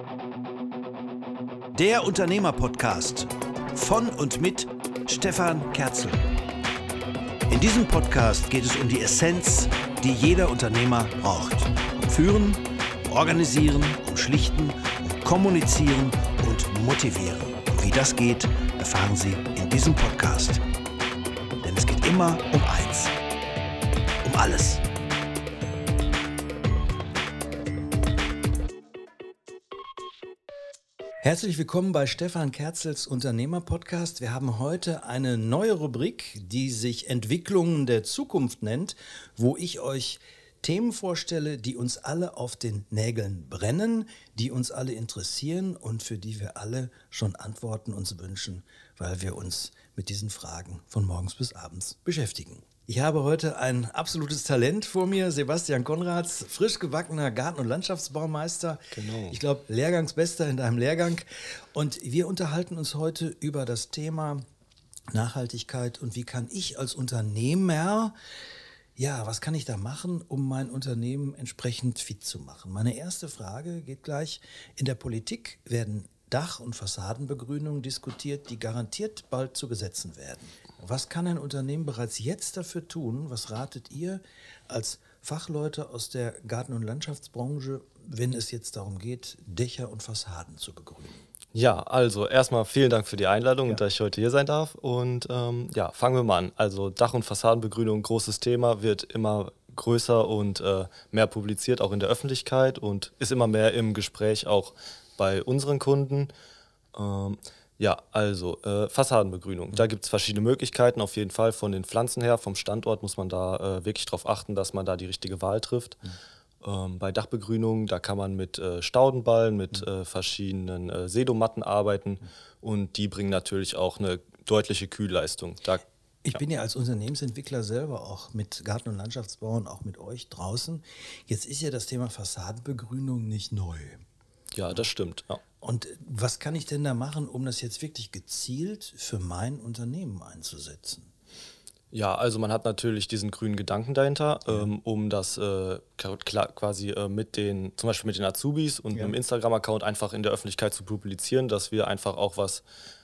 Der Unternehmer-Podcast von und mit Stefan Kerzel. In diesem Podcast geht es um die Essenz, die jeder Unternehmer braucht. Um Führen, um Organisieren, um Schlichten, um Kommunizieren und Motivieren. Und wie das geht, erfahren Sie in diesem Podcast. Denn es geht immer um eins. Um alles. Herzlich willkommen bei Stefan Kerzels Unternehmer-Podcast. Wir haben heute eine neue Rubrik, die sich Entwicklungen der Zukunft nennt, wo ich euch Themen vorstelle, die uns alle auf den Nägeln brennen, die uns alle interessieren und für die wir alle schon Antworten uns wünschen, weil wir uns mit diesen Fragen von morgens bis abends beschäftigen. Ich habe heute ein absolutes Talent vor mir, Sebastian Konrads, frisch gebackener Garten- und Landschaftsbaumeister. Genau. Ich glaube, Lehrgangsbester in deinem Lehrgang. Und wir unterhalten uns heute über das Thema Nachhaltigkeit und wie kann ich als Unternehmer, was kann ich da machen, um mein Unternehmen entsprechend fit zu machen? Meine erste Frage geht gleich. In der Politik werden Dach- und Fassadenbegrünungen diskutiert, die garantiert bald zu Gesetzen werden. Was kann ein Unternehmen bereits jetzt dafür tun? Was ratet ihr als Fachleute aus der Garten- und Landschaftsbranche, wenn es jetzt darum geht, Dächer und Fassaden zu begrünen? Ja, also erstmal vielen Dank für die Einladung und dass ich heute hier sein darf. Und fangen wir mal an. Also Dach- und Fassadenbegrünung, großes Thema, wird immer größer und mehr publiziert, auch in der Öffentlichkeit und ist immer mehr im Gespräch auch bei unseren Kunden. Fassadenbegrünung. Da gibt es verschiedene Möglichkeiten, auf jeden Fall von den Pflanzen her, vom Standort muss man da wirklich darauf achten, dass man da die richtige Wahl trifft. Bei Dachbegrünung, da kann man mit Staudenballen, mit verschiedenen Sedomatten arbeiten und die bringen natürlich auch eine deutliche Kühlleistung. Ich bin ja als Unternehmensentwickler selber auch mit Garten- und Landschaftsbau und auch mit euch draußen. Jetzt ist ja das Thema Fassadenbegrünung nicht neu. Ja, das stimmt. Ja. Und was kann ich denn da machen, um das jetzt wirklich gezielt für mein Unternehmen einzusetzen? Ja, also man hat natürlich diesen grünen Gedanken dahinter, um das quasi zum Beispiel mit den Azubis und einem Instagram-Account einfach in der Öffentlichkeit zu publizieren, dass wir einfach auch was,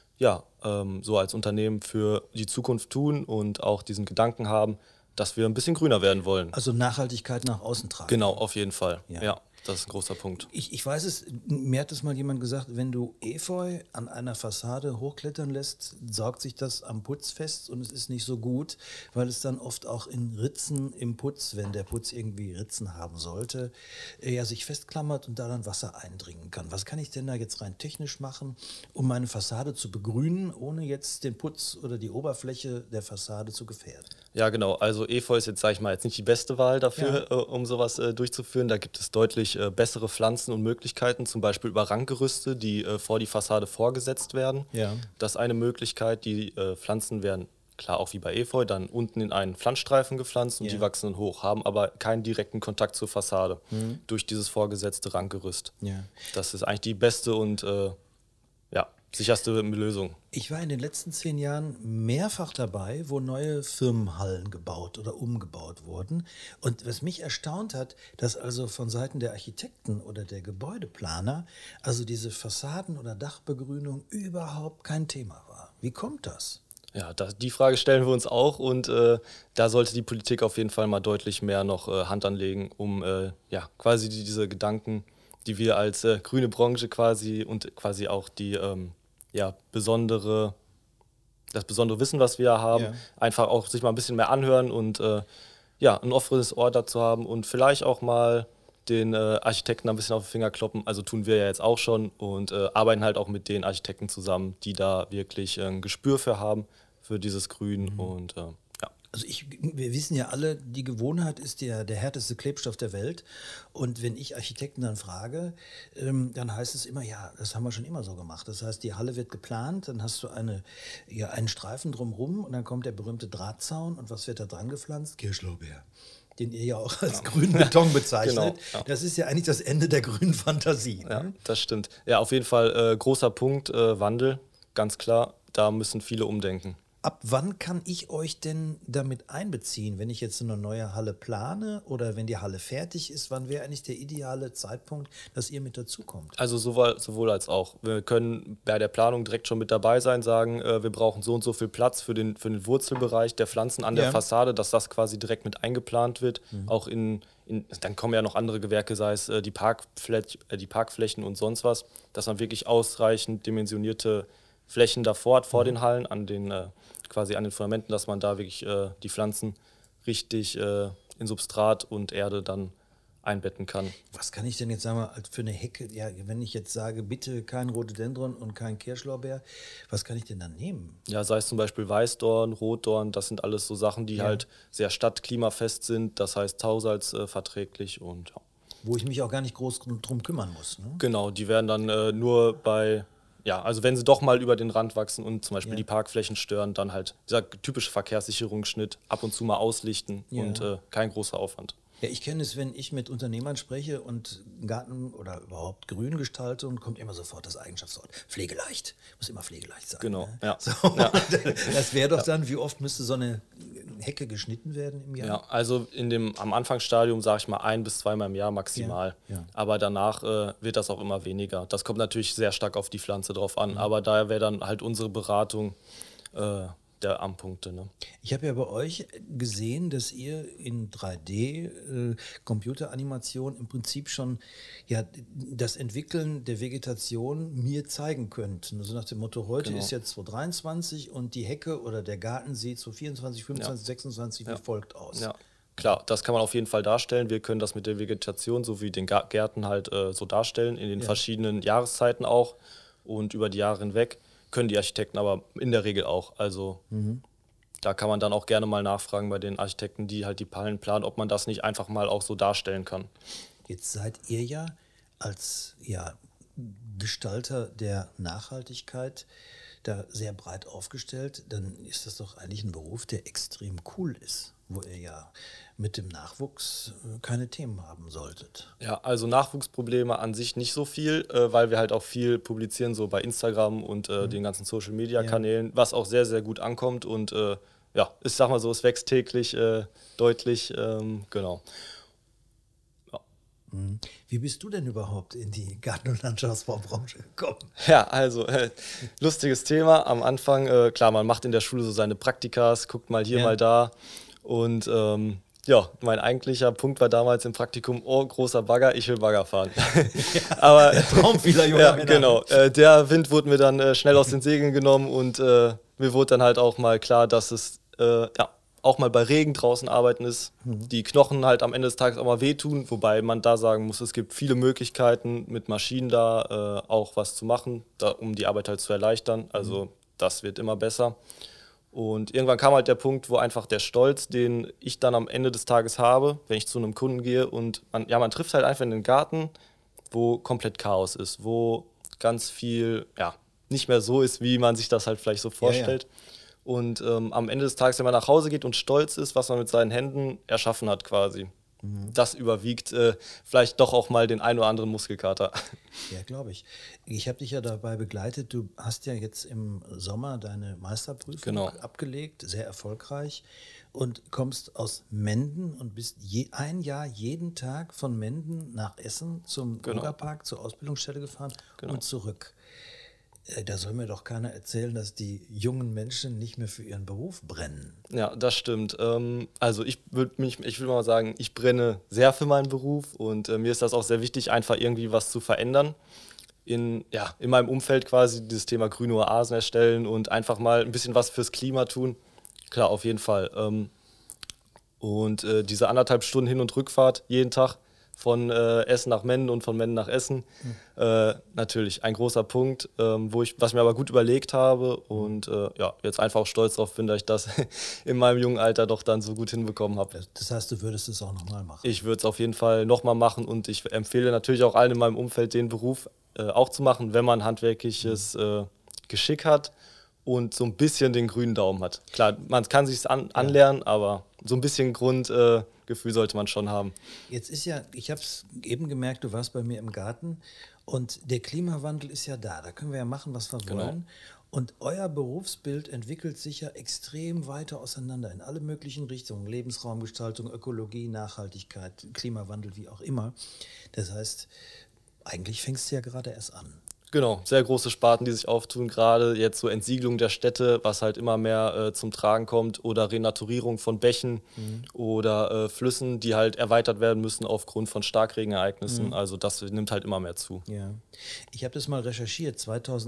so als Unternehmen für die Zukunft tun und auch diesen Gedanken haben, dass wir ein bisschen grüner werden wollen. Also Nachhaltigkeit nach außen tragen. Genau, auf jeden Fall. Ja. Das ist ein großer Punkt. Ich weiß es, mir hat es mal jemand gesagt, wenn du Efeu an einer Fassade hochklettern lässt, saugt sich das am Putz fest und es ist nicht so gut, weil es dann oft auch in Ritzen im Putz, wenn der Putz irgendwie Ritzen haben sollte, sich festklammert und da dann Wasser eindringen kann. Was kann ich denn da jetzt rein technisch machen, um meine Fassade zu begrünen, ohne jetzt den Putz oder die Oberfläche der Fassade zu gefährden? Ja, genau. Also Efeu ist jetzt, sage ich mal, jetzt nicht die beste Wahl dafür, um sowas durchzuführen. Da gibt es deutlich bessere Pflanzen und Möglichkeiten, zum Beispiel über Rankgerüste, die vor die Fassade vorgesetzt werden. Ja. Das ist eine Möglichkeit. Die Pflanzen werden, klar auch wie bei Efeu, dann unten in einen Pflanzstreifen gepflanzt und die wachsen dann hoch, haben aber keinen direkten Kontakt zur Fassade durch dieses vorgesetzte Rankgerüst. Ja. Das ist eigentlich die beste und sicherste Lösung. Ich war in den letzten 10 Jahren mehrfach dabei, wo neue Firmenhallen gebaut oder umgebaut wurden. Und was mich erstaunt hat, dass also von Seiten der Architekten oder der Gebäudeplaner also diese Fassaden- oder Dachbegrünung überhaupt kein Thema war. Wie kommt das? Ja, die Frage stellen wir uns auch und da sollte die Politik auf jeden Fall mal deutlich mehr noch Hand anlegen, um quasi diese Gedanken, die wir als grüne Branche quasi und quasi auch das besondere Wissen, was wir haben, einfach auch sich mal ein bisschen mehr anhören und ein offenes Ohr dazu haben und vielleicht auch mal den Architekten ein bisschen auf den Finger kloppen. Also tun wir ja jetzt auch schon und arbeiten halt auch mit den Architekten zusammen, die da wirklich ein Gespür für haben, für dieses Grün und Also wir wissen ja alle, die Gewohnheit ist der härteste Klebstoff der Welt. Und wenn ich Architekten dann frage, dann heißt es immer, ja, das haben wir schon immer so gemacht. Das heißt, die Halle wird geplant, dann hast du einen Streifen drumherum und dann kommt der berühmte Drahtzaun. Und was wird da dran gepflanzt? Kirschlorbeer, den ihr ja auch als grünen Beton bezeichnet. Genau, ja. Das ist ja eigentlich das Ende der grünen Fantasie. Ja, Ne? das stimmt. Ja, auf jeden Fall großer Punkt, Wandel, ganz klar. Da müssen viele umdenken. ab wann kann ich euch denn damit einbeziehen? Wenn ich jetzt eine neue Halle plane oder wenn die Halle fertig ist, wann wäre eigentlich der ideale Zeitpunkt, dass ihr mit dazukommt? Also sowohl als auch. Wir können bei der Planung direkt schon mit dabei sein, sagen, wir brauchen so und so viel Platz für den Wurzelbereich der Pflanzen an der Ja. Fassade, dass das quasi direkt mit eingeplant wird. Auch dann kommen ja noch andere Gewerke, sei es die Parkflächen und sonst was, dass man wirklich ausreichend dimensionierte Flächen davor hat, vor den Hallen, quasi an den Fundamenten, dass man da wirklich die Pflanzen richtig in Substrat und Erde dann einbetten kann. Was kann ich denn jetzt, sagen wir, für eine Hecke, ja, wenn ich jetzt sage, bitte kein Rhododendron und kein Kirschlorbeer, was kann ich denn dann nehmen? Ja, sei es zum Beispiel Weißdorn, Rotdorn, das sind alles so Sachen, die halt sehr stadtklimafest sind, das heißt haushaltsverträglich und ja. Wo ich mich auch gar nicht groß drum kümmern muss. Ne? Genau, die werden dann nur also wenn sie doch mal über den Rand wachsen und zum Beispiel die Parkflächen stören, dann halt dieser typische Verkehrssicherungsschnitt, ab und zu mal auslichten und kein großer Aufwand. Ja, ich kenne es, wenn ich mit Unternehmern spreche und Garten oder überhaupt Grüngestaltung, kommt immer sofort das Eigenschaftswort. Pflegeleicht. Muss immer pflegeleicht sein. Genau, Ne? ja. So, das wäre doch dann, wie oft müsste so eine Hecke geschnitten werden im Jahr? Ja, also am Anfangsstadium sage ich mal 1 bis 2 Mal im Jahr maximal. Ja. Aber danach wird das auch immer weniger. Das kommt natürlich sehr stark auf die Pflanze drauf an. Aber daher wäre dann halt unsere Beratung der Ampunkte. Ne? Ich habe ja bei euch gesehen, dass ihr in 3D Computeranimation im Prinzip schon das Entwickeln der Vegetation mir zeigen könnt. So nach dem Motto, heute ist jetzt 2023 und die Hecke oder der Garten sieht 2024, 25, 26 wie folgt aus. Ja, klar, das kann man auf jeden Fall darstellen. Wir können das mit der Vegetation sowie den Gärten halt so darstellen, in den verschiedenen Jahreszeiten auch und über die Jahre hinweg. Können die Architekten aber in der Regel auch. Also da kann man dann auch gerne mal nachfragen bei den Architekten, die halt die Hallen planen, ob man das nicht einfach mal auch so darstellen kann. Jetzt seid ihr ja als Gestalter der Nachhaltigkeit da sehr breit aufgestellt. Dann ist das doch eigentlich ein Beruf, der extrem cool ist, wo ihr ja mit dem Nachwuchs keine Themen haben solltet. Ja, also Nachwuchsprobleme an sich nicht so viel, weil wir halt auch viel publizieren, so bei Instagram und den ganzen Social-Media-Kanälen, was auch sehr, sehr gut ankommt und ich sag mal so, es wächst täglich deutlich, genau. Wie bist du denn überhaupt in die Garten- und Landschaftsbaubranche gekommen? Ja, also lustiges Thema. Am Anfang, klar, man macht in der Schule so seine Praktikas, guckt mal hier, mal da und mein eigentlicher Punkt war damals im Praktikum, großer Bagger, ich will Bagger fahren. Aber der Traum vieler junger Männer. Genau, der Wind wurde mir dann schnell aus den Segeln genommen und mir wurde dann halt auch mal klar, dass es auch mal bei Regen draußen arbeiten ist, die Knochen halt am Ende des Tages auch mal wehtun, wobei man da sagen muss, es gibt viele Möglichkeiten mit Maschinen da auch was zu machen, um die Arbeit halt zu erleichtern, also das wird immer besser. Und irgendwann kam halt der Punkt, wo einfach der Stolz, den ich dann am Ende des Tages habe, wenn ich zu einem Kunden gehe und man trifft halt einfach in den Garten, wo komplett Chaos ist, wo ganz viel nicht mehr so ist, wie man sich das halt vielleicht so vorstellt. Und am Ende des Tages, wenn man nach Hause geht und stolz ist, was man mit seinen Händen erschaffen hat quasi, das überwiegt vielleicht doch auch mal den ein oder anderen Muskelkater. Ja, glaube ich. Ich habe dich ja dabei begleitet. Du hast ja jetzt im Sommer deine Meisterprüfung abgelegt, sehr erfolgreich, und kommst aus Menden und bist ein Jahr jeden Tag von Menden nach Essen zum Bürgerpark, zur Ausbildungsstelle gefahren und zurück. Da soll mir doch keiner erzählen, dass die jungen Menschen nicht mehr für ihren Beruf brennen. Ja, das stimmt. Also ich würde mal sagen, ich brenne sehr für meinen Beruf und mir ist das auch sehr wichtig, einfach irgendwie was zu verändern. In meinem Umfeld quasi dieses Thema grüne Oasen erstellen und einfach mal ein bisschen was fürs Klima tun. Klar, auf jeden Fall. Und diese 1,5 Stunden Hin- und Rückfahrt jeden Tag von Essen nach Menden und von Menden nach Essen. Natürlich ein großer Punkt, was ich mir aber gut überlegt habe und jetzt einfach auch stolz darauf bin, dass ich das in meinem jungen Alter doch dann so gut hinbekommen habe. Das heißt, du würdest es auch nochmal machen? Ich würde es auf jeden Fall nochmal machen und ich empfehle natürlich auch allen in meinem Umfeld, den Beruf auch zu machen, wenn man handwerkliches Geschick hat und so ein bisschen den grünen Daumen hat. Klar, man kann sich anlernen, aber so ein bisschen Grundgefühl sollte man schon haben. Jetzt ist ich habe es eben gemerkt, du warst bei mir im Garten und der Klimawandel ist ja da. Da können wir ja machen, was wir wollen. Und euer Berufsbild entwickelt sich ja extrem weiter auseinander in alle möglichen Richtungen. Lebensraumgestaltung, Ökologie, Nachhaltigkeit, Klimawandel, wie auch immer. Das heißt, eigentlich fängst du ja gerade erst an. Genau, sehr große Sparten, die sich auftun, gerade jetzt so Entsiegelung der Städte, was halt immer mehr zum Tragen kommt, oder Renaturierung von Bächen oder Flüssen, die halt erweitert werden müssen aufgrund von Starkregenereignissen. Also das nimmt halt immer mehr zu. Ja. Ich habe das mal recherchiert.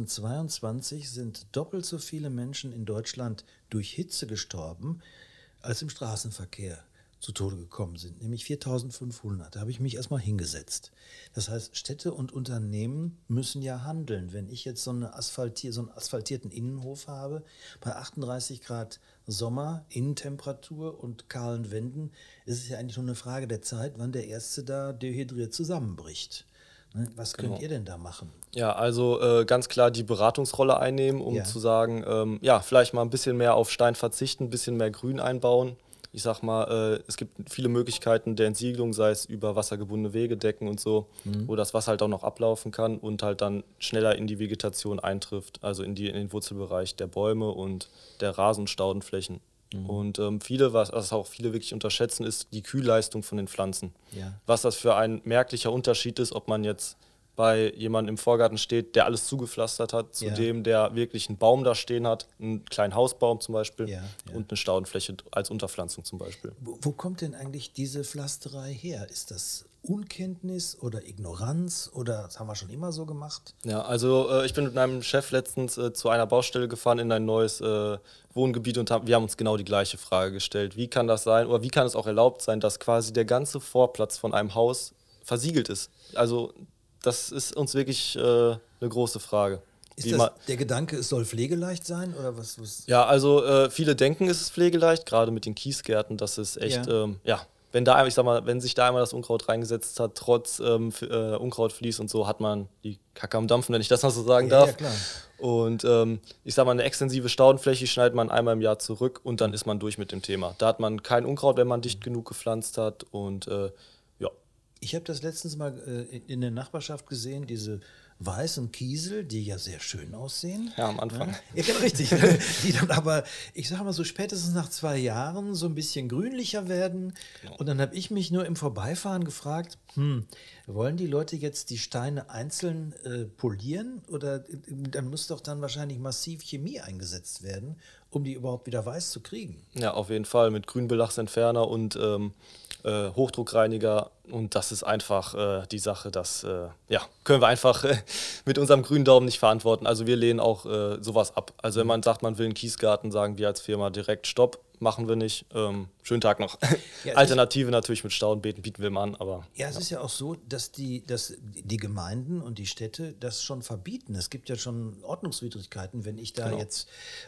2022 sind doppelt so viele Menschen in Deutschland durch Hitze gestorben, als im Straßenverkehr zu Tode gekommen sind, nämlich 4.500. Da habe ich mich erstmal hingesetzt. Das heißt, Städte und Unternehmen müssen ja handeln. Wenn ich jetzt so einen asphaltierten Innenhof habe, bei 38 Grad Sommer, Innentemperatur und kahlen Wänden, ist es ja eigentlich nur eine Frage der Zeit, wann der Erste da dehydriert zusammenbricht. Ne? Was könnt ihr denn da machen? Ja, also ganz klar die Beratungsrolle einnehmen, um Ja. zu sagen, ja, vielleicht mal ein bisschen mehr auf Stein verzichten, ein bisschen mehr Grün einbauen. Ich sag mal, es gibt viele Möglichkeiten der Entsiegelung, sei es über wassergebundene Wegedecken und so, wo das Wasser halt auch noch ablaufen kann und halt dann schneller in die Vegetation eintrifft, also in den Wurzelbereich der Bäume und der Rasen- und Staudenflächen. Und was auch viele wirklich unterschätzen, ist die Kühlleistung von den Pflanzen. Ja. Was das für ein merklicher Unterschied ist, ob man jetzt bei jemandem im Vorgarten steht, der alles zugepflastert hat, zu Ja. dem, der wirklich einen Baum da stehen hat, einen kleinen Hausbaum zum Beispiel Ja, ja. und eine Staudenfläche als Unterpflanzung zum Beispiel. Wo kommt denn eigentlich diese Pflasterei her? Ist das Unkenntnis oder Ignoranz oder das haben wir schon immer so gemacht? Ja, also ich bin mit meinem Chef letztens zu einer Baustelle gefahren in ein neues Wohngebiet und wir haben uns genau die gleiche Frage gestellt. Wie kann das sein oder wie kann es auch erlaubt sein, dass quasi der ganze Vorplatz von einem Haus versiegelt ist? Also das ist uns wirklich eine große Frage. Ist das der Gedanke, es soll pflegeleicht sein oder was? Ja, also viele denken, es ist pflegeleicht, gerade mit den Kiesgärten, dass es echt, Ja. wenn da, ich sag mal, wenn sich da einmal das Unkraut reingesetzt hat, trotz Unkrautvlies und so, hat man die Kacke am Dampfen, wenn ich das mal so sagen darf. Ja, klar. Und ich sag mal, eine extensive Staudenfläche schneidet man einmal im Jahr zurück und dann ist man durch mit dem Thema. Da hat man kein Unkraut, wenn man dicht genug gepflanzt hat und ja. Ich habe das letztens mal in der Nachbarschaft gesehen, diese weißen Kiesel, die ja sehr schön aussehen. Ja, am Anfang. Ja, genau, richtig. Die dann aber, ich sage mal so spätestens nach 2 Jahren so ein bisschen grünlicher werden. Genau. Und dann habe ich mich nur im Vorbeifahren gefragt, wollen die Leute jetzt die Steine einzeln polieren? Oder dann muss doch dann wahrscheinlich massiv Chemie eingesetzt werden, um die überhaupt wieder weiß zu kriegen. Ja, auf jeden Fall mit Grünbelachsentferner und Hochdruckreiniger. Und das ist einfach die Sache, das können wir einfach mit unserem grünen Daumen nicht verantworten. Also wir lehnen auch sowas ab. Also wenn man sagt, man will einen Kiesgarten, sagen wir als Firma direkt Stopp, machen wir nicht. Schönen Tag noch. Ja, Alternative natürlich mit Staudenbeeten bieten wir mal an, aber Ja, es ist ja auch so, dass die Gemeinden und die Städte das schon verbieten. Es gibt ja schon Ordnungswidrigkeiten, wenn ich da Genau. jetzt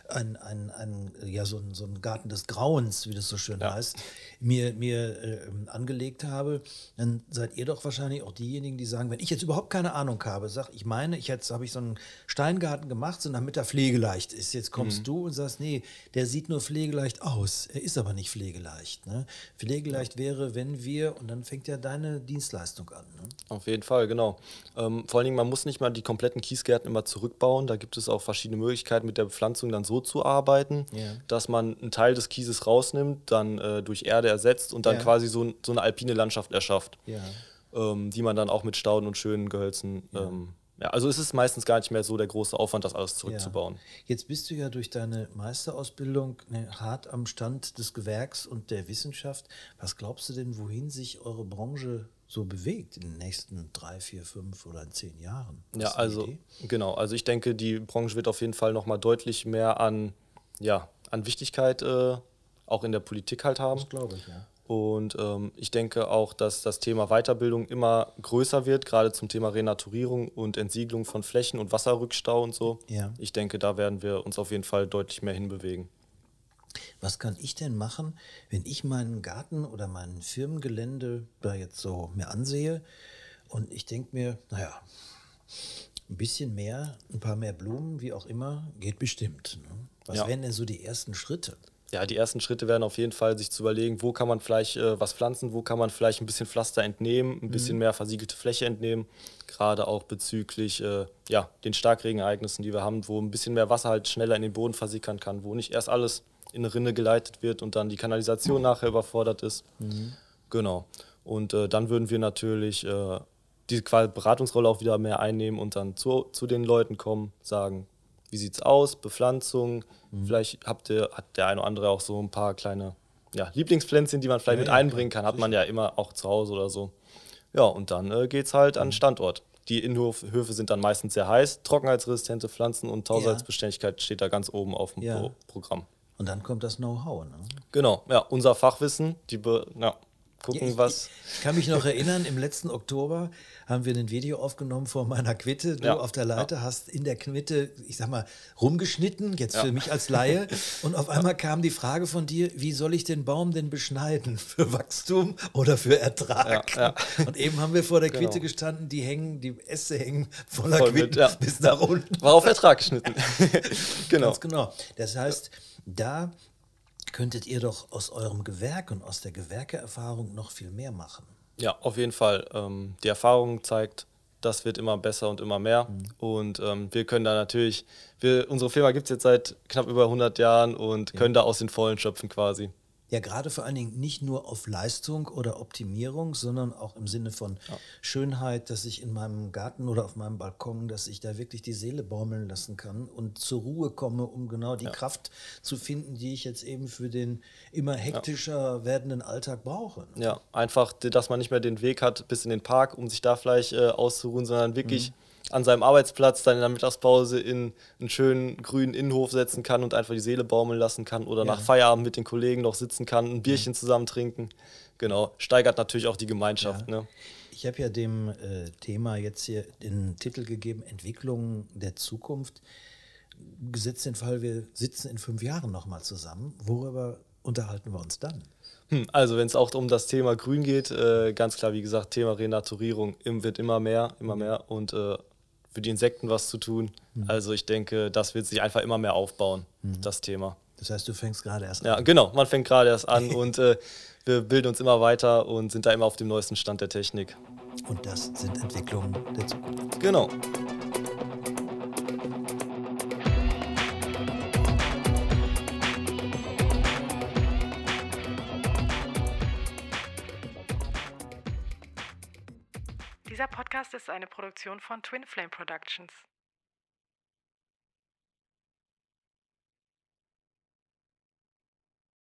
so einen Garten des Grauens, wie das so schön Ja. heißt, mir angelegt habe, dann seid ihr doch wahrscheinlich auch diejenigen, die sagen, wenn ich jetzt überhaupt keine Ahnung habe, jetzt habe ich so einen Steingarten gemacht, so damit er pflegeleicht ist. Jetzt kommst du und sagst, nee, der sieht nur pflegeleicht aus. Er ist aber nicht pflegeleicht. Ne? Pflegeleicht wäre, wenn wir, und dann fängt ja deine Dienstleistung an. Ne? auf jeden Fall, genau. Vor allen Dingen, man muss nicht mal die kompletten Kiesgärten immer zurückbauen. Da gibt es auch verschiedene Möglichkeiten, mit der Bepflanzung dann so zu arbeiten, Ja. dass man einen Teil des Kieses rausnimmt, dann durch Erde ersetzt und dann Ja. quasi so eine alpine Landschaft erschafft, Ja. die man dann auch mit Stauden und schönen Gehölzen. Also es ist meistens gar nicht mehr so der große Aufwand, das alles zurückzubauen. Ja. Jetzt bist du ja durch deine Meisterausbildung hart am Stand des Gewerks und der Wissenschaft. Was glaubst du denn, wohin sich eure Branche so bewegt in den nächsten 3, 4, 5 oder 10 Jahren? Hast Ja, du eine also Idee? genau. Also ich denke, die Branche wird auf jeden Fall nochmal deutlich mehr an Wichtigkeit auch in der Politik halt haben. Das glaube ich, ja. Und ich denke auch, dass das Thema Weiterbildung immer größer wird, gerade zum Thema Renaturierung und Entsiegelung von Flächen und Wasserrückstau und so. Ja. Ich denke, da werden wir uns auf jeden Fall deutlich mehr hinbewegen. Was kann ich denn machen, wenn ich meinen Garten oder mein Firmengelände da jetzt so mir ansehe und ich denke mir, naja, ein bisschen mehr, ein paar mehr Blumen, wie auch immer, geht bestimmt. Ne? Was Ja. wären denn so die ersten Schritte? Ja, die ersten Schritte wären auf jeden Fall, sich zu überlegen, wo kann man vielleicht was pflanzen, wo kann man vielleicht ein bisschen Pflaster entnehmen, ein bisschen mehr versiegelte Fläche entnehmen, gerade auch bezüglich den Starkregenereignissen, die wir haben, wo ein bisschen mehr Wasser halt schneller in den Boden versickern kann, wo nicht erst alles in eine Rinne geleitet wird und dann die Kanalisation nachher überfordert ist. Genau. Und dann würden wir natürlich die Beratungsrolle auch wieder mehr einnehmen und dann zu den Leuten kommen, sagen, wie sieht's aus, Bepflanzung, vielleicht hat der eine oder andere auch so ein paar kleine Lieblingspflänzchen, die man vielleicht mit einbringen kann, hat man ja immer auch zu Hause oder so. Ja, und dann geht's halt an den Standort. Die Innenhöfe sind dann meistens sehr heiß, trockenheitsresistente Pflanzen und Tausheitsbeständigkeit steht da ganz oben auf dem Programm. Und dann kommt das Know-how, ne? Genau, ja, unser Fachwissen, gucken, was. Ich kann mich noch erinnern, im letzten Oktober haben wir ein Video aufgenommen vor meiner Quitte. Du auf der Leiter hast in der Quitte, ich sag mal, rumgeschnitten, jetzt für mich als Laie. Und auf einmal kam die Frage von dir, wie soll ich den Baum denn beschneiden? Für Wachstum oder für Ertrag? Und eben haben wir vor der Quitte gestanden, die Äste hängen voller Quitten bis nach unten. War auf Ertrag geschnitten. Genau. Ganz genau. Das heißt, da könntet ihr doch aus eurem Gewerk und aus der Gewerkeerfahrung noch viel mehr machen. Ja, auf jeden Fall. Die Erfahrung zeigt, das wird immer besser und immer mehr. Und wir können da natürlich, unsere Firma gibt es jetzt seit knapp über 100 Jahren und können da aus den Vollen schöpfen quasi. Ja, gerade vor allen Dingen nicht nur auf Leistung oder Optimierung, sondern auch im Sinne von Schönheit, dass ich in meinem Garten oder auf meinem Balkon, dass ich da wirklich die Seele baumeln lassen kann und zur Ruhe komme, um genau die Kraft zu finden, die ich jetzt eben für den immer hektischer werdenden Alltag brauche. Ja, einfach, dass man nicht mehr den Weg hat bis in den Park, um sich da vielleicht auszuruhen, sondern wirklich an seinem Arbeitsplatz dann in der Mittagspause in einen schönen grünen Innenhof setzen kann und einfach die Seele baumeln lassen kann oder nach Feierabend mit den Kollegen noch sitzen kann, ein Bierchen zusammen trinken. Genau, steigert natürlich auch die Gemeinschaft. Ja. Ne? Ich habe ja dem Thema jetzt hier den Titel gegeben, Entwicklung der Zukunft. Gesetzt den Fall, wir sitzen in 5 Jahren nochmal zusammen. Worüber unterhalten wir uns dann? Also wenn es auch um das Thema Grün geht, ganz klar, wie gesagt, Thema Renaturierung wird immer mehr und für die Insekten was zu tun. Also ich denke, das wird sich einfach immer mehr aufbauen, das Thema. Das heißt, du fängst gerade erst an? Ja, genau, man fängt gerade erst an und wir bilden uns immer weiter und sind da immer auf dem neuesten Stand der Technik. Und das sind Entwicklungen der Zukunft. Genau. Dieser Podcast ist eine Produktion von Twin Flame Productions.